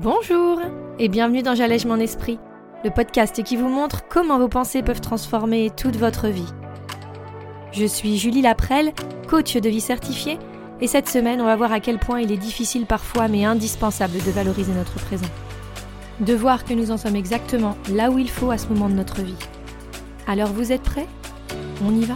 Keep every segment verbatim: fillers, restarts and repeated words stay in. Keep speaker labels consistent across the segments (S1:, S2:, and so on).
S1: Bonjour et bienvenue dans J'allège mon esprit, le podcast qui vous montre comment vos pensées peuvent transformer toute votre vie. Je suis Julie Laprelle, coach de vie certifiée, et cette semaine on va voir à quel point il est difficile parfois mais indispensable de valoriser notre présent. De voir que nous en sommes exactement là où il faut à ce moment de notre vie. Alors vous êtes prêts ? On y va ?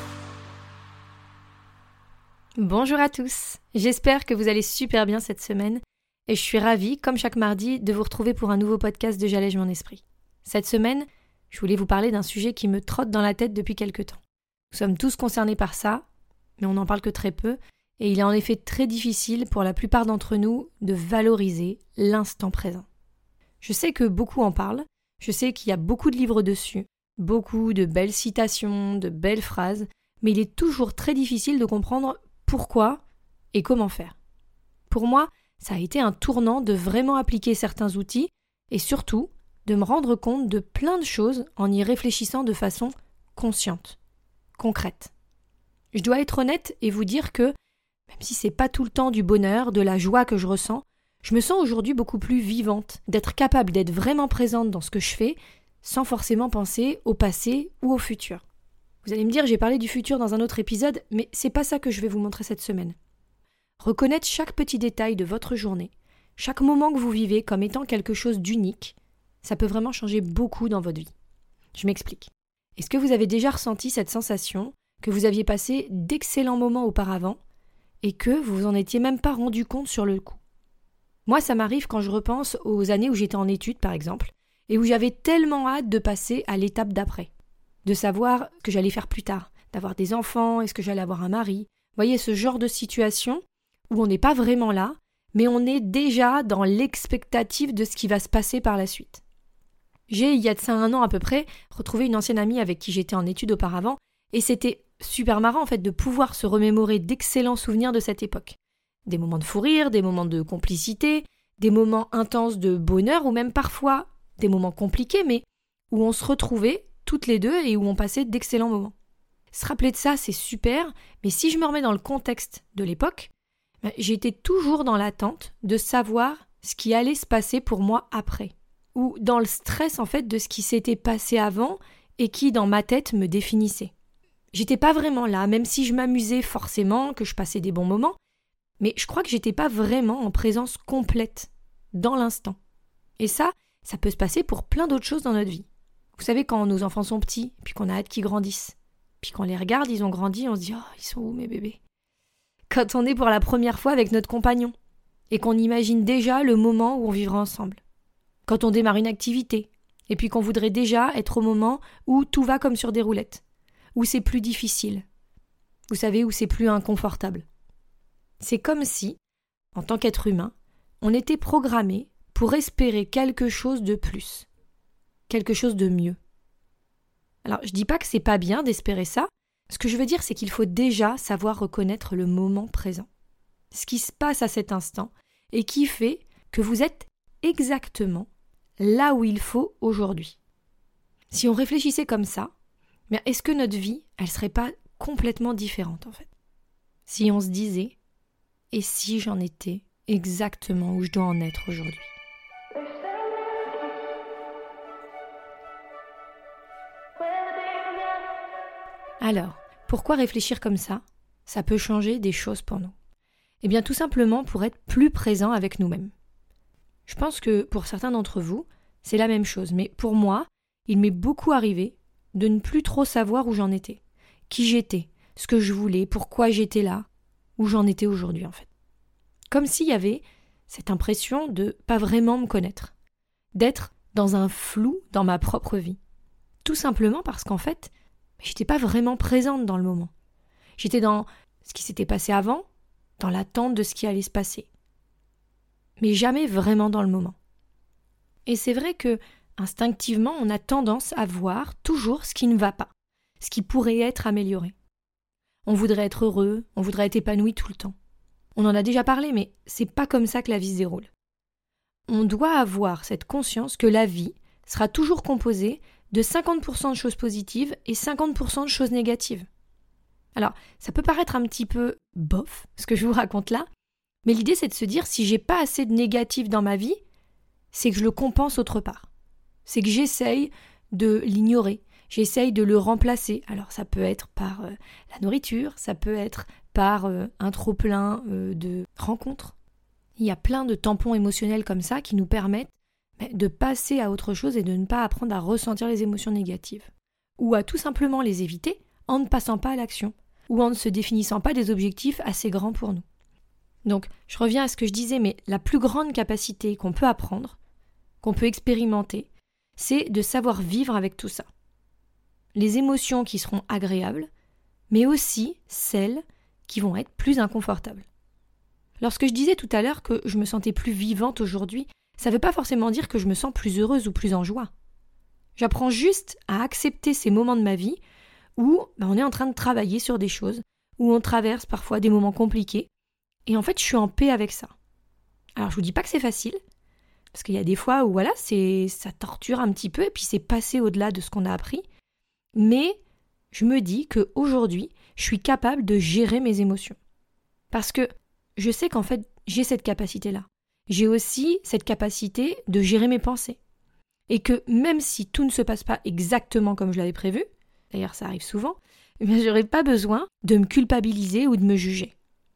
S1: Bonjour à tous, j'espère que vous allez super bien cette semaine. Et je suis ravie, comme chaque mardi, de vous retrouver pour un nouveau podcast de J'allège mon esprit. Cette semaine, je voulais vous parler d'un sujet qui me trotte dans la tête depuis quelque temps. Nous sommes tous concernés par ça, mais on n'en parle que très peu, et il est en effet très difficile pour la plupart d'entre nous de valoriser l'instant présent. Je sais que beaucoup en parlent, je sais qu'il y a beaucoup de livres dessus, beaucoup de belles citations, de belles phrases, mais il est toujours très difficile de comprendre pourquoi et comment faire. Pour moi, ça a été un tournant de vraiment appliquer certains outils et surtout de me rendre compte de plein de choses en y réfléchissant de façon consciente, concrète. Je dois être honnête et vous dire que, même si c'est pas tout le temps du bonheur, de la joie que je ressens, je me sens aujourd'hui beaucoup plus vivante, d'être capable d'être vraiment présente dans ce que je fais, sans forcément penser au passé ou au futur. Vous allez me dire, j'ai parlé du futur dans un autre épisode, mais c'est pas ça que je vais vous montrer cette semaine. Reconnaître chaque petit détail de votre journée, chaque moment que vous vivez comme étant quelque chose d'unique, ça peut vraiment changer beaucoup dans votre vie. Je m'explique. Est-ce que vous avez déjà ressenti cette sensation que vous aviez passé d'excellents moments auparavant et que vous vous en étiez même pas rendu compte sur le coup ? Moi, ça m'arrive quand je repense aux années où j'étais en études, par exemple, et où j'avais tellement hâte de passer à l'étape d'après, de savoir ce que j'allais faire plus tard, d'avoir des enfants, est-ce que j'allais avoir un mari. Vous voyez, ce genre de situation où on n'est pas vraiment là, mais on est déjà dans l'expectative de ce qui va se passer par la suite. J'ai, il y a de ça un an à peu près, retrouvé une ancienne amie avec qui j'étais en études auparavant, et c'était super marrant en fait de pouvoir se remémorer d'excellents souvenirs de cette époque. Des moments de fou rire, des moments de complicité, des moments intenses de bonheur, ou même parfois des moments compliqués, mais où on se retrouvait toutes les deux et où on passait d'excellents moments. Se rappeler de ça, c'est super, mais si je me remets dans le contexte de l'époque, j'étais toujours dans l'attente de savoir ce qui allait se passer pour moi après, ou dans le stress en fait de ce qui s'était passé avant et qui dans ma tête me définissait. J'étais pas vraiment là, même si je m'amusais forcément, que je passais des bons moments, mais je crois que j'étais pas vraiment en présence complète, dans l'instant. Et ça, ça peut se passer pour plein d'autres choses dans notre vie. Vous savez, quand nos enfants sont petits, puis qu'on a hâte qu'ils grandissent, puis qu'on les regarde, ils ont grandi, on se dit « Oh, ils sont où mes bébés ?» Quand on est pour la première fois avec notre compagnon et qu'on imagine déjà le moment où on vivra ensemble. Quand on démarre une activité et puis qu'on voudrait déjà être au moment où tout va comme sur des roulettes, où c'est plus difficile, vous savez, où c'est plus inconfortable. C'est comme si, en tant qu'être humain, on était programmé pour espérer quelque chose de plus, quelque chose de mieux. Alors, je dis pas que c'est pas bien d'espérer ça. Ce que je veux dire, c'est qu'il faut déjà savoir reconnaître le moment présent, ce qui se passe à cet instant et qui fait que vous êtes exactement là où il faut aujourd'hui. Si on réfléchissait comme ça, mais est-ce que notre vie, elle serait pas complètement différente en fait ? Si on se disait « et si j'en étais exactement où je dois en être aujourd'hui ?» Alors, pourquoi réfléchir comme ça ? Ça peut changer des choses pour nous. Eh bien, tout simplement pour être plus présent avec nous-mêmes. Je pense que pour certains d'entre vous, c'est la même chose. Mais pour moi, il m'est beaucoup arrivé de ne plus trop savoir où j'en étais, qui j'étais, ce que je voulais, pourquoi j'étais là, où j'en étais aujourd'hui en fait. Comme s'il y avait cette impression de pas vraiment me connaître, d'être dans un flou dans ma propre vie. Tout simplement parce qu'en fait, j'étais pas vraiment présente dans le moment. J'étais dans ce qui s'était passé avant, dans l'attente de ce qui allait se passer. Mais jamais vraiment dans le moment. Et c'est vrai que, instinctivement, on a tendance à voir toujours ce qui ne va pas, ce qui pourrait être amélioré. On voudrait être heureux, on voudrait être épanoui tout le temps. On en a déjà parlé, mais c'est pas comme ça que la vie se déroule. On doit avoir cette conscience que la vie sera toujours composée de cinquante pour cent de choses positives et cinquante pour cent de choses négatives. Alors, ça peut paraître un petit peu bof, ce que je vous raconte là, mais l'idée c'est de se dire, si j'ai pas assez de négatif dans ma vie, c'est que je le compense autre part. C'est que j'essaye de l'ignorer, j'essaye de le remplacer. Alors ça peut être par euh, la nourriture, ça peut être par euh, un trop-plein euh, de rencontres. Il y a plein de tampons émotionnels comme ça qui nous permettent de passer à autre chose et de ne pas apprendre à ressentir les émotions négatives. Ou à tout simplement les éviter en ne passant pas à l'action, ou en ne se définissant pas des objectifs assez grands pour nous. Donc, je reviens à ce que je disais, mais la plus grande capacité qu'on peut apprendre, qu'on peut expérimenter, c'est de savoir vivre avec tout ça. Les émotions qui seront agréables, mais aussi celles qui vont être plus inconfortables. Lorsque je disais tout à l'heure que je me sentais plus vivante aujourd'hui, ça ne veut pas forcément dire que je me sens plus heureuse ou plus en joie. J'apprends juste à accepter ces moments de ma vie où ben, on est en train de travailler sur des choses, où on traverse parfois des moments compliqués, et en fait je suis en paix avec ça. Alors je vous dis pas que c'est facile, parce qu'il y a des fois où voilà, c'est, ça torture un petit peu, et puis c'est passé au-delà de ce qu'on a appris, mais je me dis qu'aujourd'hui, je suis capable de gérer mes émotions. Parce que je sais qu'en fait, j'ai cette capacité-là. J'ai aussi cette capacité de gérer mes pensées. Et que même si tout ne se passe pas exactement comme je l'avais prévu, d'ailleurs ça arrive souvent, eh bien, j'aurais pas besoin de me culpabiliser ou de me juger.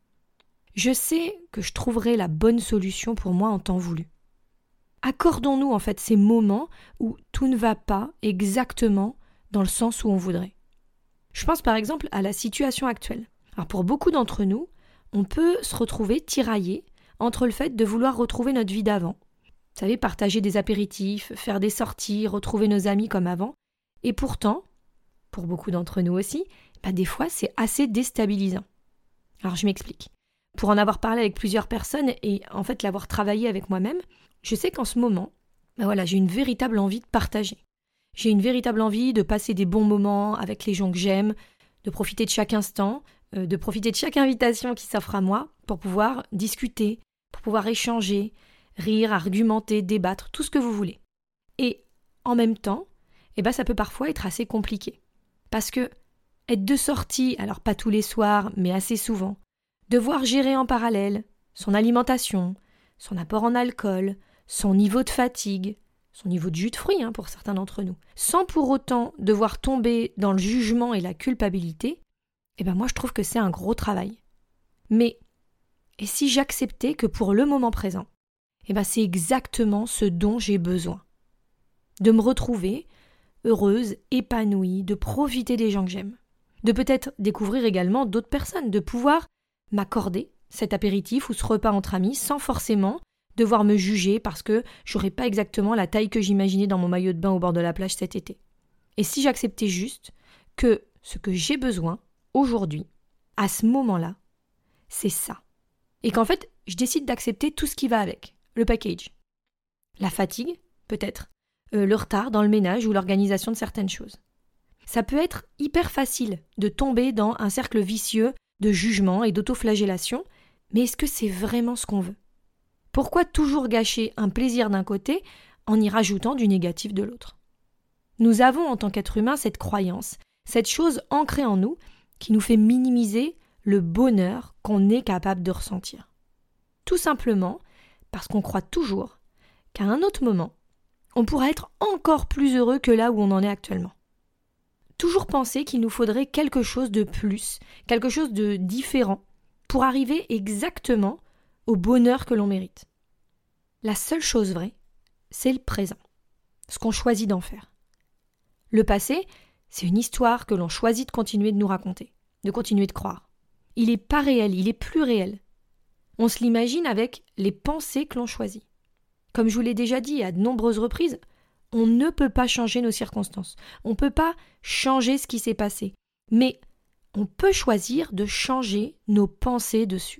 S1: Je sais que je trouverai la bonne solution pour moi en temps voulu. Accordons-nous en fait ces moments où tout ne va pas exactement dans le sens où on voudrait. Je pense par exemple à la situation actuelle. Alors pour beaucoup d'entre nous, on peut se retrouver tiraillé entre le fait de vouloir retrouver notre vie d'avant. Vous savez, partager des apéritifs, faire des sorties, retrouver nos amis comme avant. Et pourtant, pour beaucoup d'entre nous aussi, bah des fois c'est assez déstabilisant. Alors je m'explique. Pour en avoir parlé avec plusieurs personnes et en fait l'avoir travaillé avec moi-même, je sais qu'en ce moment, bah voilà, j'ai une véritable envie de partager. J'ai une véritable envie de passer des bons moments avec les gens que j'aime, de profiter de chaque instant, euh, de profiter de chaque invitation qui s'offre à moi pour pouvoir discuter, pour pouvoir échanger, rire, argumenter, débattre, tout ce que vous voulez. Et en même temps, eh ben, ça peut parfois être assez compliqué. Parce que être de sortie, alors pas tous les soirs, mais assez souvent, devoir gérer en parallèle son alimentation, son apport en alcool, son niveau de fatigue, son niveau de jus de fruits hein, pour certains d'entre nous, sans pour autant devoir tomber dans le jugement et la culpabilité, eh ben moi je trouve que c'est un gros travail. Mais, et si j'acceptais que pour le moment présent, eh ben c'est exactement ce dont j'ai besoin. De me retrouver heureuse, épanouie, de profiter des gens que j'aime. De peut-être découvrir également d'autres personnes, de pouvoir m'accorder cet apéritif ou ce repas entre amis sans forcément devoir me juger parce que j'aurais pas exactement la taille que j'imaginais dans mon maillot de bain au bord de la plage cet été. Et si j'acceptais juste que ce que j'ai besoin aujourd'hui, à ce moment-là, c'est ça. Et qu'en fait, je décide d'accepter tout ce qui va avec, le package. La fatigue, peut-être, euh, le retard dans le ménage ou l'organisation de certaines choses. Ça peut être hyper facile de tomber dans un cercle vicieux de jugement et d'autoflagellation, mais est-ce que c'est vraiment ce qu'on veut ? Pourquoi toujours gâcher un plaisir d'un côté en y rajoutant du négatif de l'autre ? Nous avons en tant qu'être humain cette croyance, cette chose ancrée en nous qui nous fait minimiser le bonheur qu'on est capable de ressentir. Tout simplement parce qu'on croit toujours qu'à un autre moment, on pourra être encore plus heureux que là où on en est actuellement. Toujours penser qu'il nous faudrait quelque chose de plus, quelque chose de différent, pour arriver exactement au bonheur que l'on mérite. La seule chose vraie, c'est le présent, ce qu'on choisit d'en faire. Le passé, c'est une histoire que l'on choisit de continuer de nous raconter, de continuer de croire. Il n'est pas réel, il est plus réel. On se l'imagine avec les pensées que l'on choisit. Comme je vous l'ai déjà dit à de nombreuses reprises, on ne peut pas changer nos circonstances. On ne peut pas changer ce qui s'est passé. Mais on peut choisir de changer nos pensées dessus.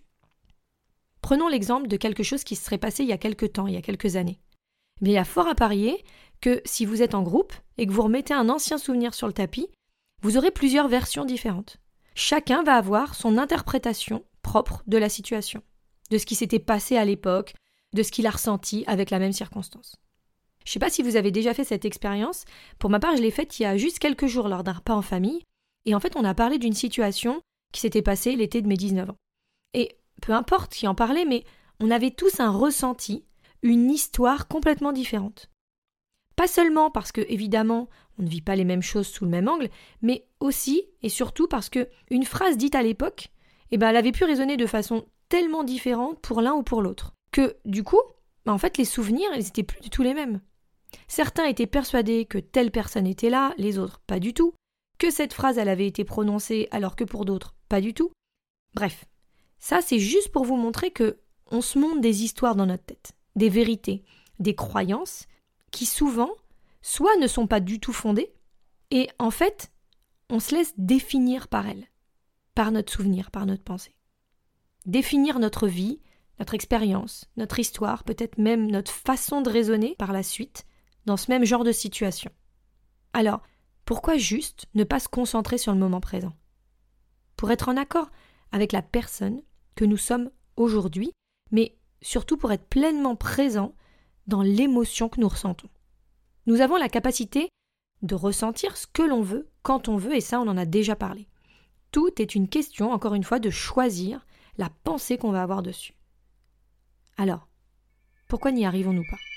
S1: Prenons l'exemple de quelque chose qui se serait passé il y a quelque temps, il y a quelques années. Mais il y a fort à parier que si vous êtes en groupe et que vous remettez un ancien souvenir sur le tapis, vous aurez plusieurs versions différentes. Chacun va avoir son interprétation propre de la situation, de ce qui s'était passé à l'époque, de ce qu'il a ressenti avec la même circonstance. Je ne sais pas si vous avez déjà fait cette expérience. Pour ma part, je l'ai faite il y a juste quelques jours lors d'un repas en famille. Et en fait, on a parlé d'une situation qui s'était passée l'été de mes dix-neuf ans. Et peu importe qui en parlait, mais on avait tous un ressenti, une histoire complètement différente. Pas seulement parce que, évidemment, on ne vit pas les mêmes choses sous le même angle, mais aussi et surtout parce que une phrase dite à l'époque, eh ben, elle avait pu résonner de façon tellement différente pour l'un ou pour l'autre, que du coup, ben, en fait, les souvenirs, ils étaient plus du tout les mêmes. Certains étaient persuadés que telle personne était là, les autres pas du tout, que cette phrase elle avait été prononcée alors que pour d'autres pas du tout. Bref, ça c'est juste pour vous montrer que on se monte des histoires dans notre tête, des vérités, des croyances qui souvent soit ne sont pas du tout fondées et en fait on se laisse définir par elles, par notre souvenir, par notre pensée. Définir notre vie, notre expérience, notre histoire, peut-être même notre façon de raisonner par la suite dans ce même genre de situation. Alors, pourquoi juste ne pas se concentrer sur le moment présent? Pour être en accord avec la personne que nous sommes aujourd'hui, mais surtout pour être pleinement présent dans l'émotion que nous ressentons. Nous avons la capacité de ressentir ce que l'on veut, quand on veut, et ça on en a déjà parlé. Tout est une question, encore une fois, de choisir la pensée qu'on va avoir dessus. Alors, pourquoi n'y arrivons-nous pas?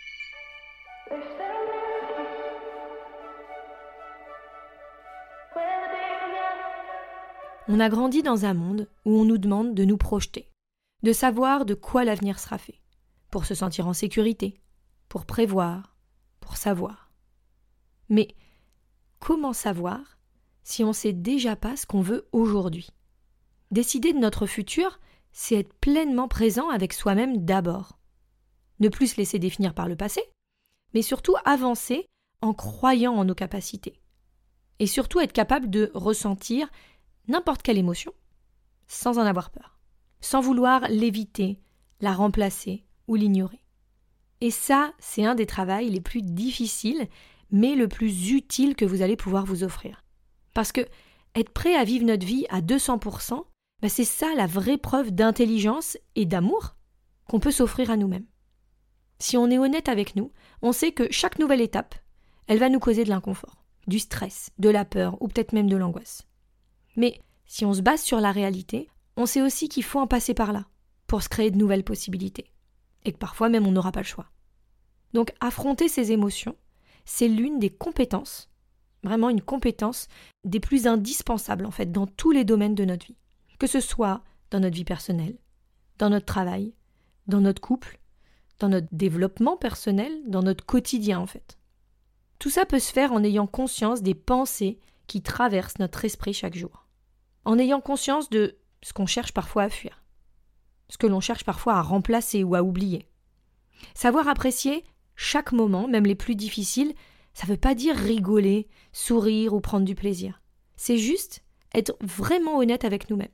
S1: On a grandi dans un monde où on nous demande de nous projeter, de savoir de quoi l'avenir sera fait, pour se sentir en sécurité, pour prévoir, pour savoir. Mais comment savoir si on ne sait déjà pas ce qu'on veut aujourd'hui? Décider de notre futur, c'est être pleinement présent avec soi-même d'abord. Ne plus se laisser définir par le passé, mais surtout avancer en croyant en nos capacités. Et surtout être capable de ressentir n'importe quelle émotion, sans en avoir peur, sans vouloir l'éviter, la remplacer ou l'ignorer. Et ça, c'est un des travaux les plus difficiles, mais le plus utile que vous allez pouvoir vous offrir. Parce que être prêt à vivre notre vie à deux cents pour cent, ben c'est ça la vraie preuve d'intelligence et d'amour qu'on peut s'offrir à nous-mêmes. Si on est honnête avec nous, on sait que chaque nouvelle étape, elle va nous causer de l'inconfort, du stress, de la peur ou peut-être même de l'angoisse. Mais si on se base sur la réalité, on sait aussi qu'il faut en passer par là pour se créer de nouvelles possibilités. Et que parfois même on n'aura pas le choix. Donc affronter ces émotions, c'est l'une des compétences, vraiment une compétence des plus indispensables en fait dans tous les domaines de notre vie. Que ce soit dans notre vie personnelle, dans notre travail, dans notre couple, dans notre développement personnel, dans notre quotidien en fait. Tout ça peut se faire en ayant conscience des pensées qui traversent notre esprit chaque jour. En ayant conscience de ce qu'on cherche parfois à fuir, ce que l'on cherche parfois à remplacer ou à oublier. Savoir apprécier chaque moment, même les plus difficiles, ça ne veut pas dire rigoler, sourire ou prendre du plaisir. C'est juste être vraiment honnête avec nous-mêmes.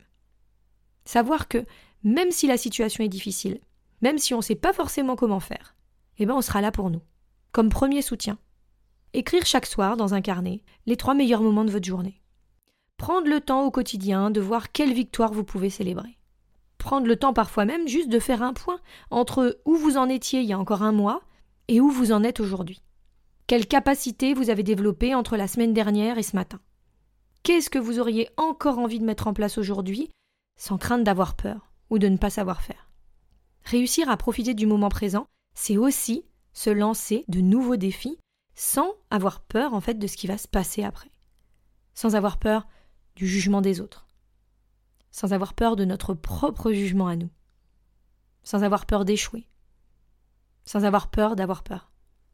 S1: Savoir que même si la situation est difficile, même si on ne sait pas forcément comment faire, eh ben on sera là pour nous, comme premier soutien. Écrire chaque soir dans un carnet les trois meilleurs moments de votre journée. Prendre le temps au quotidien de voir quelle victoire vous pouvez célébrer. Prendre le temps parfois même juste de faire un point entre où vous en étiez il y a encore un mois et où vous en êtes aujourd'hui. Quelle capacité vous avez développée entre la semaine dernière et ce matin? Qu'est-ce que vous auriez encore envie de mettre en place aujourd'hui sans crainte d'avoir peur ou de ne pas savoir faire? Réussir à profiter du moment présent, c'est aussi se lancer de nouveaux défis sans avoir peur en fait de ce qui va se passer après. Sans avoir peur du jugement des autres. Sans avoir peur de notre propre jugement à nous. Sans avoir peur d'échouer. Sans avoir peur d'avoir peur.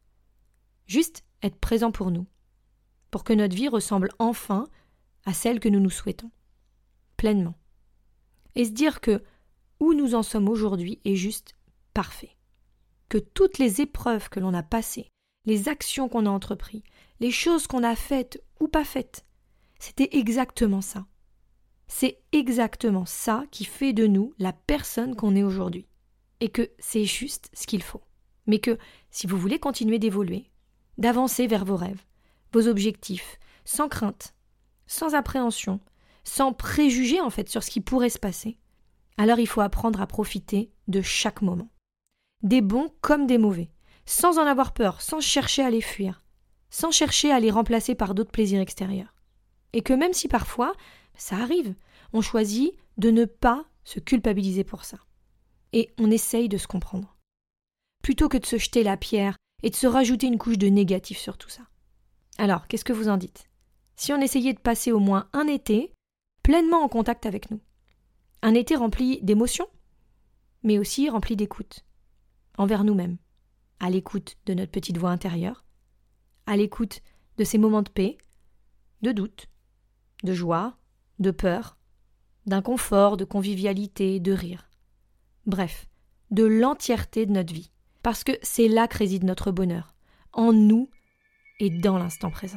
S1: Juste être présent pour nous, pour que notre vie ressemble enfin à celle que nous nous souhaitons, pleinement. Et se dire que où nous en sommes aujourd'hui est juste parfait. Que toutes les épreuves que l'on a passées, les actions qu'on a entreprises, les choses qu'on a faites ou pas faites, c'était exactement ça. C'est exactement ça qui fait de nous la personne qu'on est aujourd'hui. Et que c'est juste ce qu'il faut. Mais que si vous voulez continuer d'évoluer, d'avancer vers vos rêves, vos objectifs, sans crainte, sans appréhension, sans préjugés en fait sur ce qui pourrait se passer, alors il faut apprendre à profiter de chaque moment. Des bons comme des mauvais, sans en avoir peur, sans chercher à les fuir, sans chercher à les remplacer par d'autres plaisirs extérieurs. Et que même si parfois, ça arrive, on choisit de ne pas se culpabiliser pour ça. Et on essaye de se comprendre. plutôt que de se jeter la pierre et de se rajouter une couche de négatif sur tout ça. Alors, qu'est-ce que vous en dites ? Si on essayait de passer au moins un été pleinement en contact avec nous. Un été rempli d'émotions, mais aussi rempli d'écoute, envers nous-mêmes, à l'écoute de notre petite voix intérieure, à l'écoute de ces moments de paix, de doute, de joie, de peur, d'inconfort, de convivialité, de rire. Bref, de l'entièreté de notre vie. Parce que c'est là que réside notre bonheur, en nous et dans l'instant présent.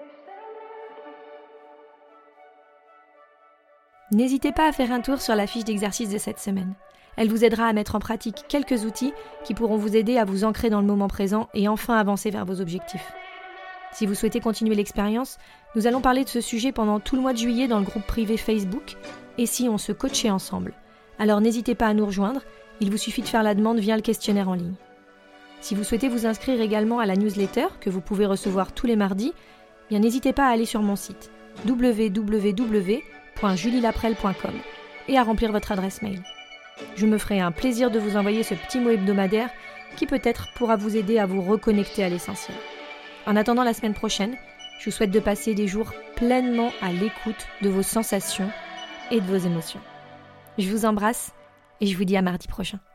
S1: N'hésitez pas à faire un tour sur la fiche d'exercice de cette semaine. Elle vous aidera à mettre en pratique quelques outils qui pourront vous aider à vous ancrer dans le moment présent et enfin avancer vers vos objectifs. Si vous souhaitez continuer l'expérience, nous allons parler de ce sujet pendant tout le mois de juillet dans le groupe privé Facebook « Et si on se coachait ensemble ?» Alors n'hésitez pas à nous rejoindre, il vous suffit de faire la demande via le questionnaire en ligne. Si vous souhaitez vous inscrire également à la newsletter que vous pouvez recevoir tous les mardis, bien n'hésitez pas à aller sur mon site w w w point julie laprelle point com et à remplir votre adresse mail. Je me ferai un plaisir de vous envoyer ce petit mot hebdomadaire qui peut-être pourra vous aider à vous reconnecter à l'essentiel. En attendant la semaine prochaine, je vous souhaite de passer des jours pleinement à l'écoute de vos sensations et de vos émotions. Je vous embrasse et je vous dis à mardi prochain.